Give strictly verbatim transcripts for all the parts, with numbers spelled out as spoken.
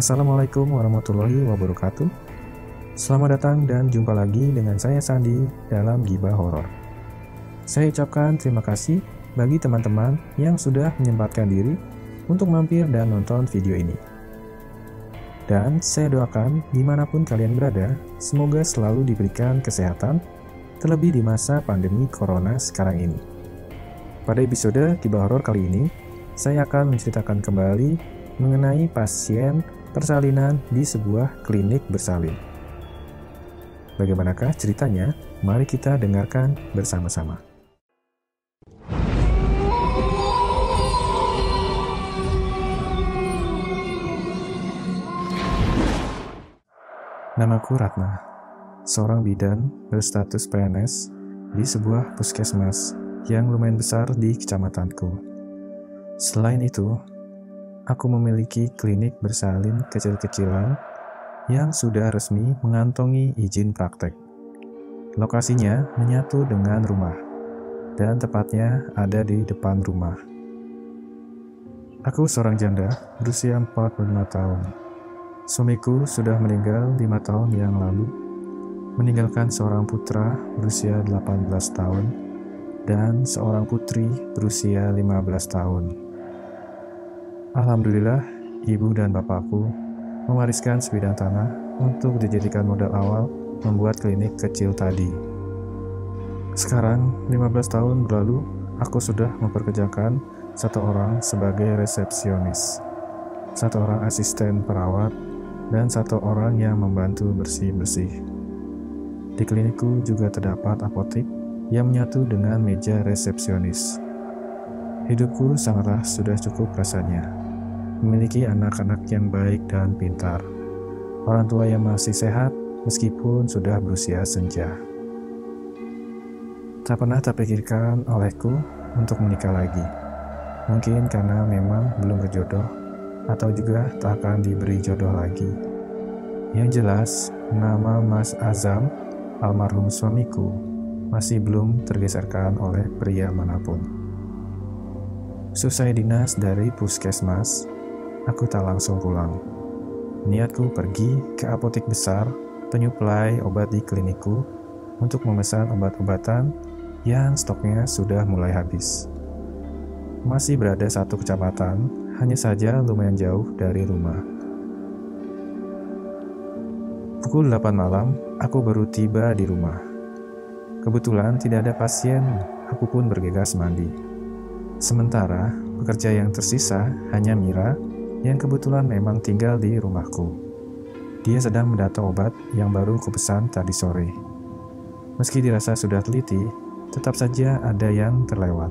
Assalamualaikum warahmatullahi wabarakatuh. Selamat datang dan jumpa lagi dengan saya Sandi dalam Gibah Horor. Saya ucapkan terima kasih bagi teman-teman yang sudah menyempatkan diri untuk mampir dan nonton video ini. Dan saya doakan dimanapun kalian berada, semoga selalu diberikan kesehatan, terlebih di masa pandemi corona sekarang ini. Pada episode Gibah Horor kali ini, saya akan menceritakan kembali mengenai pasien persalinan di sebuah klinik bersalin. Bagaimanakah ceritanya? Mari kita dengarkan bersama-sama. Namaku Ratna, seorang bidan berstatus P N S di sebuah puskesmas yang lumayan besar di kecamatanku. Selain itu, aku memiliki klinik bersalin kecil-kecilan yang sudah resmi mengantongi izin praktek. Lokasinya menyatu dengan rumah, dan tepatnya ada di depan rumah. Aku seorang janda berusia empat puluh lima tahun. Suamiku sudah meninggal lima tahun yang lalu, meninggalkan seorang putra berusia delapan belas tahun dan seorang putri berusia lima belas tahun. Alhamdulillah, ibu dan bapakku mewariskan sebidang tanah untuk dijadikan modal awal membuat klinik kecil tadi. Sekarang, lima belas tahun berlalu, aku sudah memperkerjakan satu orang sebagai resepsionis, satu orang asisten perawat, dan satu orang yang membantu bersih-bersih. Di klinikku juga terdapat apotek yang menyatu dengan meja resepsionis. Hidupku sangatlah sudah cukup rasanya. Memiliki anak-anak yang baik dan pintar. Orang tua yang masih sehat meskipun sudah berusia senja. Tak pernah terpikirkan olehku untuk menikah lagi. Mungkin karena memang belum berjodoh atau juga tak akan diberi jodoh lagi. Yang jelas, nama Mas Azam, almarhum suamiku, masih belum tergeserkan oleh pria manapun. Selesai dinas dari puskesmas, aku tak langsung pulang. Niatku pergi ke apotek besar, penyuplai obat di klinikku, untuk memesan obat-obatan yang stoknya sudah mulai habis. Masih berada satu kecamatan, hanya saja lumayan jauh dari rumah. Pukul delapan malam, aku baru tiba di rumah. Kebetulan tidak ada pasien, aku pun bergegas mandi. Sementara, pekerja yang tersisa hanya Mira, yang kebetulan memang tinggal di rumahku. Dia sedang mendata obat yang baru kupesan tadi sore. Meski dirasa sudah teliti, tetap saja ada yang terlewat.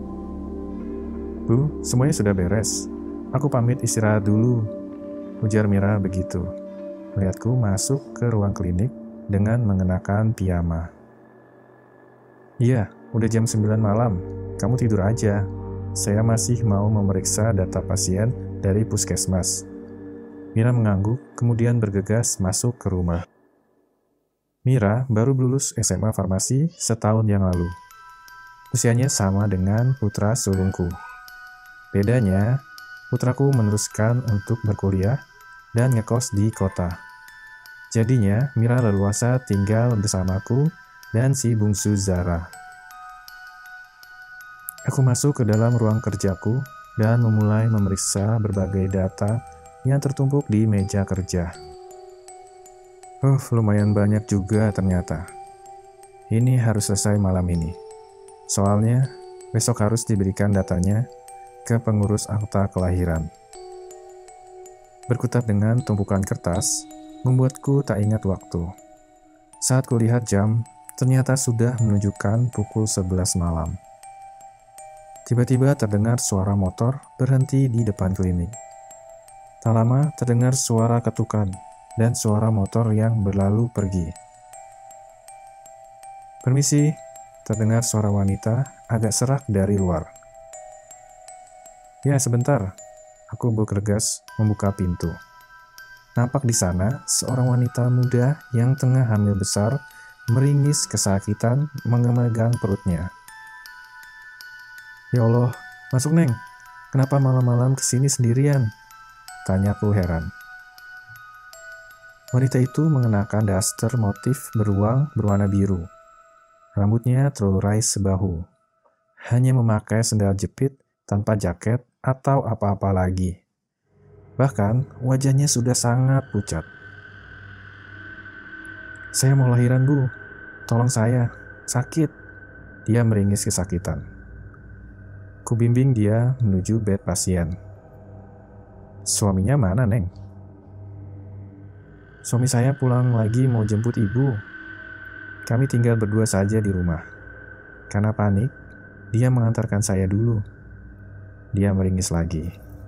Bu, semuanya sudah beres. Aku pamit istirahat dulu, ujar Mira begitu. Melihatku masuk ke ruang klinik dengan mengenakan piyama. Iya, udah jam sembilan malam. Kamu tidur aja. Saya masih mau memeriksa data pasien dari puskesmas. Mira mengangguk, kemudian bergegas masuk ke rumah. Mira baru lulus S M A Farmasi setahun yang lalu. Usianya sama dengan putra sulungku. Bedanya, putraku meneruskan untuk berkuliah dan ngekos di kota. Jadinya, Mira leluasa tinggal bersamaku dan si bungsu Zara. Aku masuk ke dalam ruang kerjaku dan memulai memeriksa berbagai data yang tertumpuk di meja kerja. Oh, lumayan banyak juga ternyata. Ini harus selesai malam ini. Soalnya, besok harus diberikan datanya ke pengurus akta kelahiran. Berkutat dengan tumpukan kertas, membuatku tak ingat waktu. Saat kulihat jam, ternyata sudah menunjukkan pukul sebelas malam. Tiba-tiba terdengar suara motor berhenti di depan klinik. Tak lama terdengar suara ketukan dan suara motor yang berlalu pergi. Permisi, terdengar suara wanita agak serak dari luar. Ya, sebentar. Aku bergegas membuka pintu. Nampak di sana seorang wanita muda yang tengah hamil besar meringis kesakitan memegang perutnya. Ya Allah, masuk Neng. Kenapa malam-malam kesini sendirian? Tanyaku heran. Wanita itu mengenakan daster motif beruang berwarna biru. Rambutnya terurai sebahu. Hanya memakai sendal jepit tanpa jaket atau apa-apa lagi. Bahkan wajahnya sudah sangat pucat. "Saya mau lahiran, Bu. Tolong saya. Sakit." Dia meringis kesakitan. Kubimbing dia menuju bed pasien. "Suaminya mana, Neng?" "Suami saya pulang lagi mau jemput ibu. Kami tinggal berdua saja di rumah." Karena panik, dia mengantarkan saya dulu. Dia meringis lagi.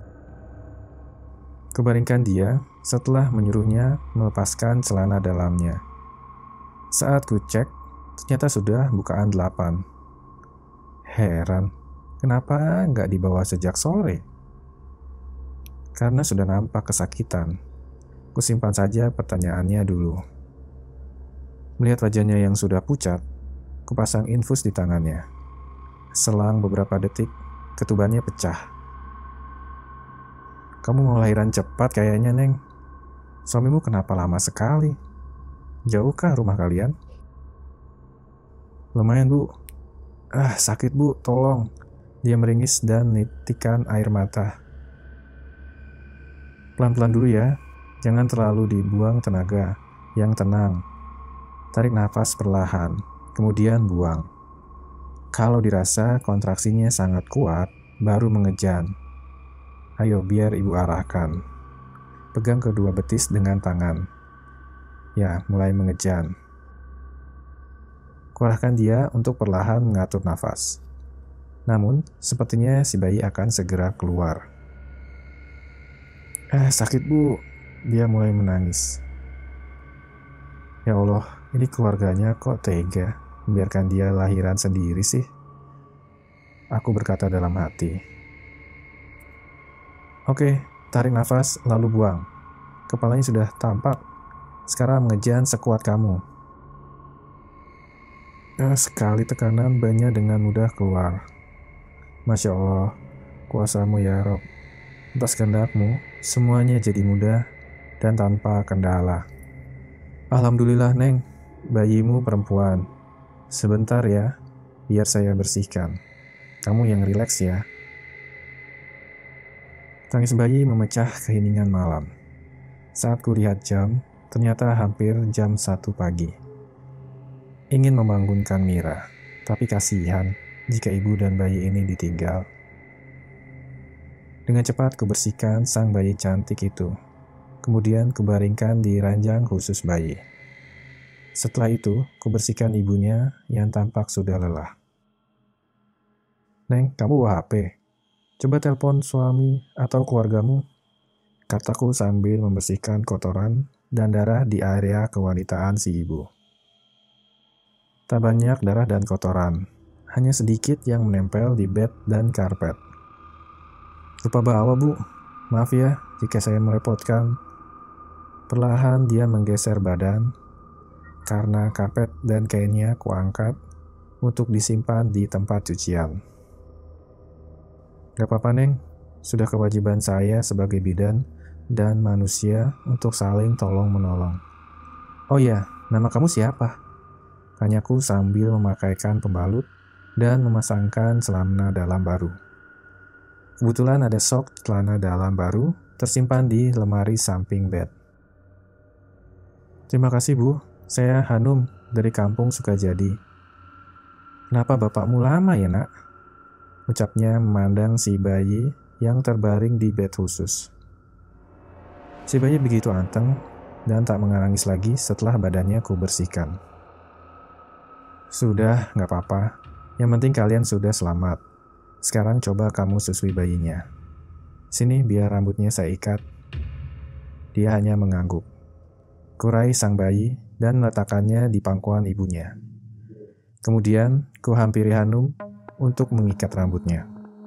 Kubaringkan dia setelah menyuruhnya melepaskan celana dalamnya. Saat ku cek, ternyata sudah bukaan delapan. Heran, kenapa nggak dibawa sejak sore? Karena sudah nampak kesakitan, ku simpan saja pertanyaannya dulu. Melihat wajahnya yang sudah pucat, ku pasang infus di tangannya. Selang beberapa detik, ketubannya pecah. "Kamu mau lahiran cepat kayaknya, Neng. Suamimu kenapa lama sekali? Jauhkah rumah kalian?" "Lumayan, Bu." "Ah, sakit, Bu, tolong." Dia meringis dan nitikan air mata. "Pelan-pelan dulu ya. Jangan terlalu dibuang tenaga. Yang tenang. Tarik nafas perlahan, kemudian buang. Kalau dirasa kontraksinya sangat kuat, baru mengejan. Ayo, biar ibu arahkan. Pegang kedua betis dengan tangan. Ya, mulai mengejan." Kuarahkan dia untuk perlahan mengatur nafas. Namun, sepertinya si bayi akan segera keluar. "Eh, sakit, Bu." Dia mulai menangis. Ya Allah, ini keluarganya kok tega membiarkan dia lahiran sendiri sih? Aku berkata dalam hati. "Oke, tarik nafas lalu buang. Kepalanya sudah tampak. Sekarang mengejan sekuat kamu." Eh, sekali tekanan bayinya dengan mudah keluar. Masya Allah, kuasamu ya Rob. Atas kehendakmu, semuanya jadi mudah dan tanpa kendala. "Alhamdulillah, Neng. Bayimu perempuan. Sebentar ya, biar saya bersihkan. Kamu yang rileks ya." Tangis bayi memecah keheningan malam. Saat kulihat jam, ternyata hampir jam satu pagi. Ingin membangunkan Mira, tapi kasihan jika ibu dan bayi ini ditinggal. Dengan cepat kubersihkan sang bayi cantik itu. Kemudian kubaringkan di ranjang khusus bayi. Setelah itu, kubersihkan ibunya yang tampak sudah lelah. "Neng, kamu bawa H P. Coba telepon suami atau keluargamu," kataku sambil membersihkan kotoran dan darah di area kewanitaan si ibu. Tak banyak darah dan kotoran, hanya sedikit yang menempel di bed dan karpet. "Lupa bawa, Bu. Maaf ya jika saya merepotkan." Perlahan dia menggeser badan, karena karpet dan kainnya kuangkat untuk disimpan di tempat cucian. "Gak apa-apa, Neng. Sudah kewajiban saya sebagai bidan dan manusia untuk saling tolong-menolong." "Oh ya, nama kamu siapa?" tanyaku sambil memakaikan pembalut dan memasangkan celana dalam baru. Kebetulan ada sok celana dalam baru tersimpan di lemari samping bed. "Terima kasih, Bu. Saya Hanum dari kampung Sukajadi." "Kenapa bapakmu lama ya, Nak?" ucapnya memandang si bayi yang terbaring di bed khusus. Si bayi begitu anteng dan tak menangis lagi setelah badannya kubersihkan. "Sudah, gak apa-apa. Yang penting kalian sudah selamat. Sekarang coba kamu susui bayinya. Sini biar rambutnya saya ikat." Dia hanya mengangguk. Kurai sang bayi dan meletakkannya di pangkuan ibunya. Kemudian kuhampiri Hanum untuk mengikat rambutnya.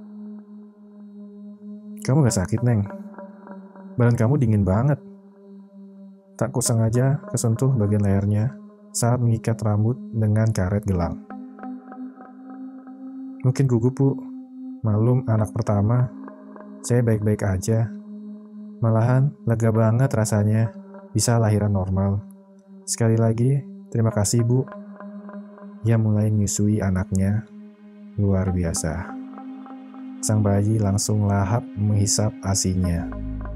"Kamu gak sakit, Neng? Badan kamu dingin banget." Tak kusengaja kesentuh bagian lehernya saat mengikat rambut dengan karet gelang. "Mungkin gugup, Bu. Malum anak pertama. Saya baik-baik aja. Malahan lega banget rasanya bisa lahiran normal. Sekali lagi, terima kasih Bu. Ia mulai menyusui anaknya. Luar biasa. Sang bayi langsung lahap menghisap asinya.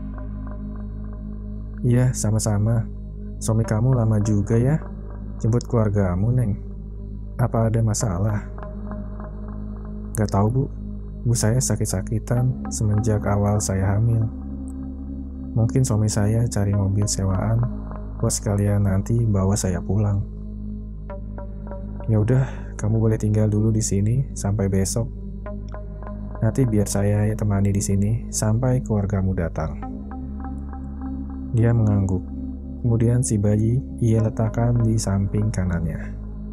Iya, sama-sama. Suami kamu lama juga ya jemput keluargamu, Neng. Apa ada masalah? Gak tahu Bu. Bu saya sakit-sakitan semenjak awal saya hamil. Mungkin suami saya cari mobil sewaan buat sekalian nanti bawa saya pulang. Ya udah, kamu boleh tinggal dulu di sini sampai besok. Nanti biar saya temani di sini sampai keluargamu datang. Dia mengangguk. Kemudian si bayi ia letakkan di samping kanannya.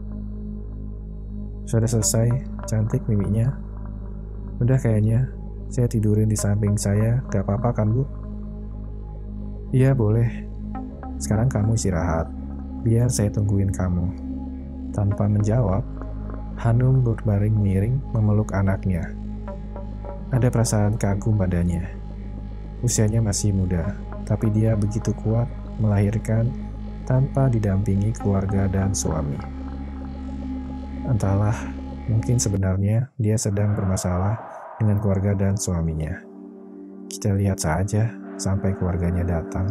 Sudah selesai, cantik mimiknya. Udah kayaknya, saya tidurin di samping saya, gak apa-apa kan Bu? Iya boleh. Sekarang kamu istirahat, biar saya tungguin kamu. Tanpa menjawab, Hanum berbaring miring memeluk anaknya. Ada perasaan kagum padanya. Usianya masih muda, tapi dia begitu kuat melahirkan tanpa didampingi keluarga dan suami. Entahlah, mungkin sebenarnya dia sedang bermasalah dengan keluarga dan suaminya. Kita lihat saja sampai keluarganya datang.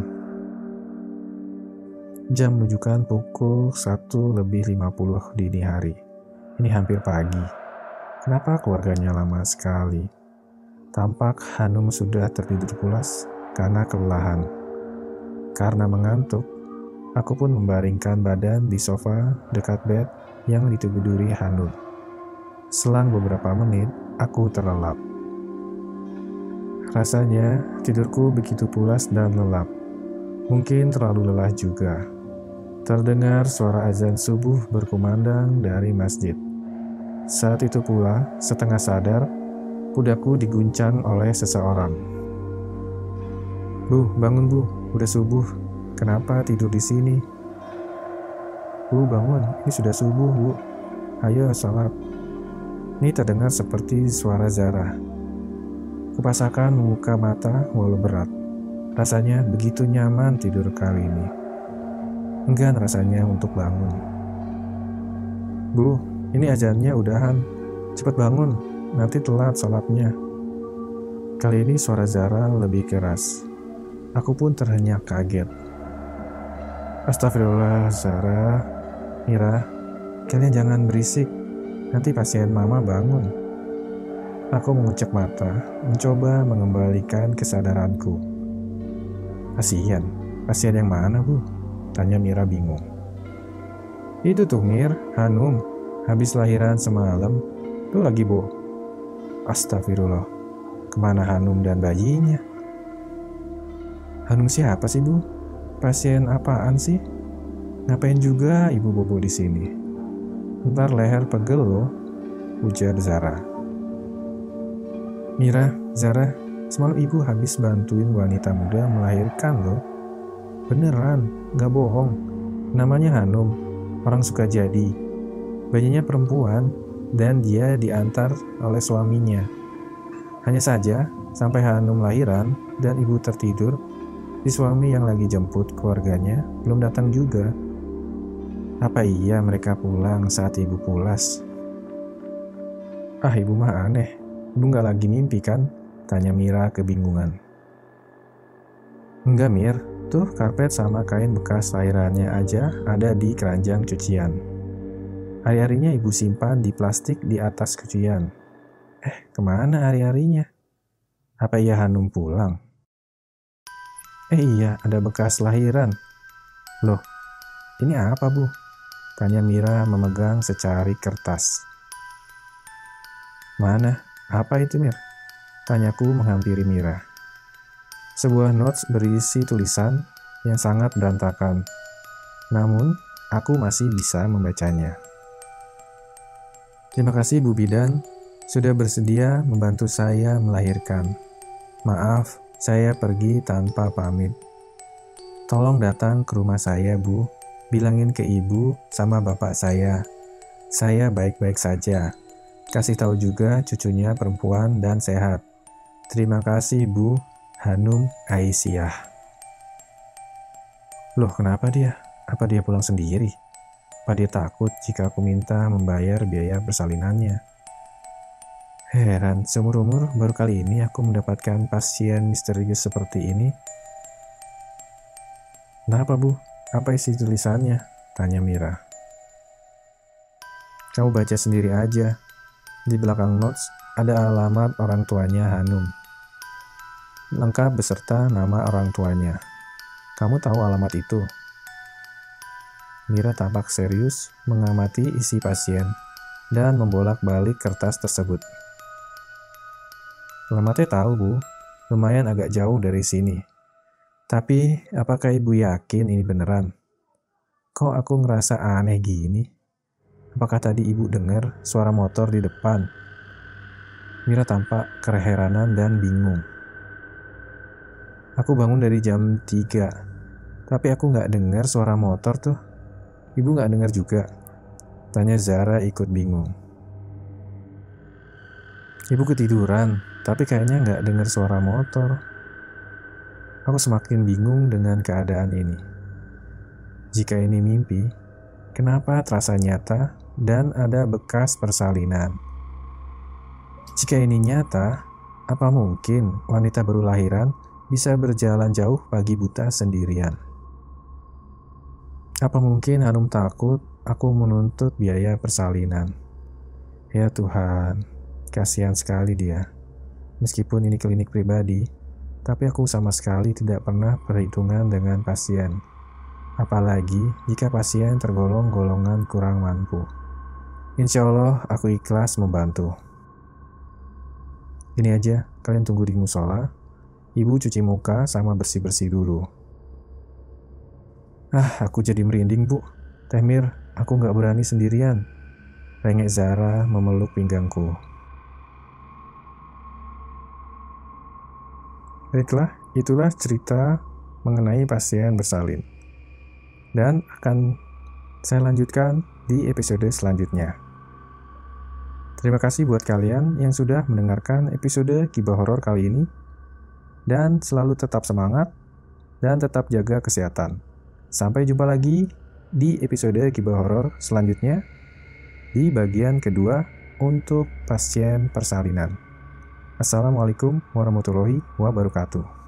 Jam menunjukkan pukul satu lebih lima puluh dini hari. Ini hampir pagi. Kenapa keluarganya lama sekali? Tampak Hanum sudah tertidur pulas karena kelelahan. Karena mengantuk, aku pun membaringkan badan di sofa dekat bed yang ditiduri Hanum. Selang beberapa menit, aku terlelap. Rasanya tidurku begitu pulas dan lelap. Mungkin terlalu lelah juga. Terdengar suara azan subuh berkumandang dari masjid. Saat itu pula, setengah sadar, pundaku diguncang oleh seseorang. Bu, bangun Bu, udah subuh. Kenapa tidur di sini? Bu, bangun, ini sudah subuh Bu. Ayo salat. Ini terdengar seperti suara Zara. Kupaksakan membuka mata walau berat. Rasanya begitu nyaman tidur kali ini. Enggan rasanya untuk bangun. Bu, ini azannya udahan. Cepat bangun, nanti telat salatnya. Kali ini suara Zara lebih keras. Aku pun terhenyak kaget. Astagfirullah, Zara. Mira, kalian jangan berisik. Nanti pasien mama bangun. Aku mengucek mata, mencoba mengembalikan kesadaranku. Pasien? Pasien yang mana, Bu? Tanya Mira bingung. Itu tuh Mir, Hanum. Habis lahiran semalam. Tuh lagi, Bu. Astagfirullah. Kemana Hanum dan bayinya? Hanum siapa sih, Bu? Pasien apaan sih? Ngapain juga Ibu Bobo di sini? Ntar leher pegel loh, ujar Zara. Mira, Zara, semalam Ibu habis bantuin wanita muda melahirkan loh. Beneran, gak bohong. Namanya Hanum, orang suka jadi. Bayinya perempuan, dan dia diantar oleh suaminya. Hanya saja, sampai Hanum lahiran dan Ibu tertidur, si suami yang lagi jemput keluarganya belum datang juga. Apa iya mereka pulang saat Ibu pulas? Ah, Ibu mah aneh. Ibu gak lagi mimpi kan? Tanya Mira kebingungan. Enggak Mir, tuh karpet sama kain bekas lahirannya aja ada di keranjang cucian. Hari-harinya Ibu simpan di plastik di atas cucian. Eh, kemana hari-harinya? Apa iya Hanum pulang? Eh iya, ada bekas lahiran. Loh, ini apa Bu? Tanya Mira memegang secari kertas. Mana? Apa itu Mir? Tanyaku menghampiri Mira. Sebuah notes berisi tulisan yang sangat berantakan. Namun, aku masih bisa membacanya. Terima kasih Bu Bidan, sudah bersedia membantu saya melahirkan. Maaf, saya pergi tanpa pamit. Tolong datang ke rumah saya, Bu. Bilangin ke Ibu sama bapak saya. Saya baik-baik saja. Kasih tahu juga cucunya perempuan dan sehat. Terima kasih, Bu. Hanum Aisyah. Loh, kenapa dia? Apa dia pulang sendiri? Apa dia takut jika aku minta membayar biaya persalinannya? Heran, seumur-umur baru kali ini aku mendapatkan pasien misterius seperti ini. Kenapa, Bu? Apa isi tulisannya? Tanya Mira. Kamu baca sendiri aja. Di belakang notes ada alamat orang tuanya Hanum. Lengkap beserta nama orang tuanya. Kamu tahu alamat itu? Mira tampak serius mengamati isi pasien dan membolak-balik kertas tersebut. Alamatnya tahu, Bu. Lumayan agak jauh dari sini. Tapi, apakah Ibu yakin ini beneran? Kok aku ngerasa aneh gini? Apakah tadi Ibu dengar suara motor di depan? Mira tampak keheranan dan bingung. Aku bangun dari jam tiga, tapi aku nggak dengar suara motor tuh. Ibu nggak dengar juga? Tanya Zara ikut bingung. Ibu ketiduran, tapi kayaknya nggak dengar suara motor. Aku semakin bingung dengan keadaan ini. Jika ini mimpi, kenapa terasa nyata dan ada bekas persalinan? Jika ini nyata, apa mungkin wanita baru lahiran bisa berjalan jauh pagi buta sendirian? Apa mungkin Hanum takut aku menuntut biaya persalinan? Ya Tuhan, kasihan sekali dia. Meskipun ini klinik pribadi, tapi aku sama sekali tidak pernah perhitungan dengan pasien. Apalagi jika pasien tergolong golongan kurang mampu. Insya Allah aku ikhlas membantu. Ini aja, kalian tunggu di musola. Ibu cuci muka sama bersih-bersih dulu. Ah, aku jadi merinding, Bu. Teh Mir, aku nggak berani sendirian. Rengek Zara memeluk pinggangku. Baiklah, itulah cerita mengenai pasien bersalin. Dan akan saya lanjutkan di episode selanjutnya. Terima kasih buat kalian yang sudah mendengarkan episode Gibah Horor kali ini. Dan selalu tetap semangat dan tetap jaga kesehatan. Sampai jumpa lagi di episode Gibah Horor selanjutnya di bagian kedua untuk pasien persalinan. Assalamualaikum warahmatullahi wabarakatuh.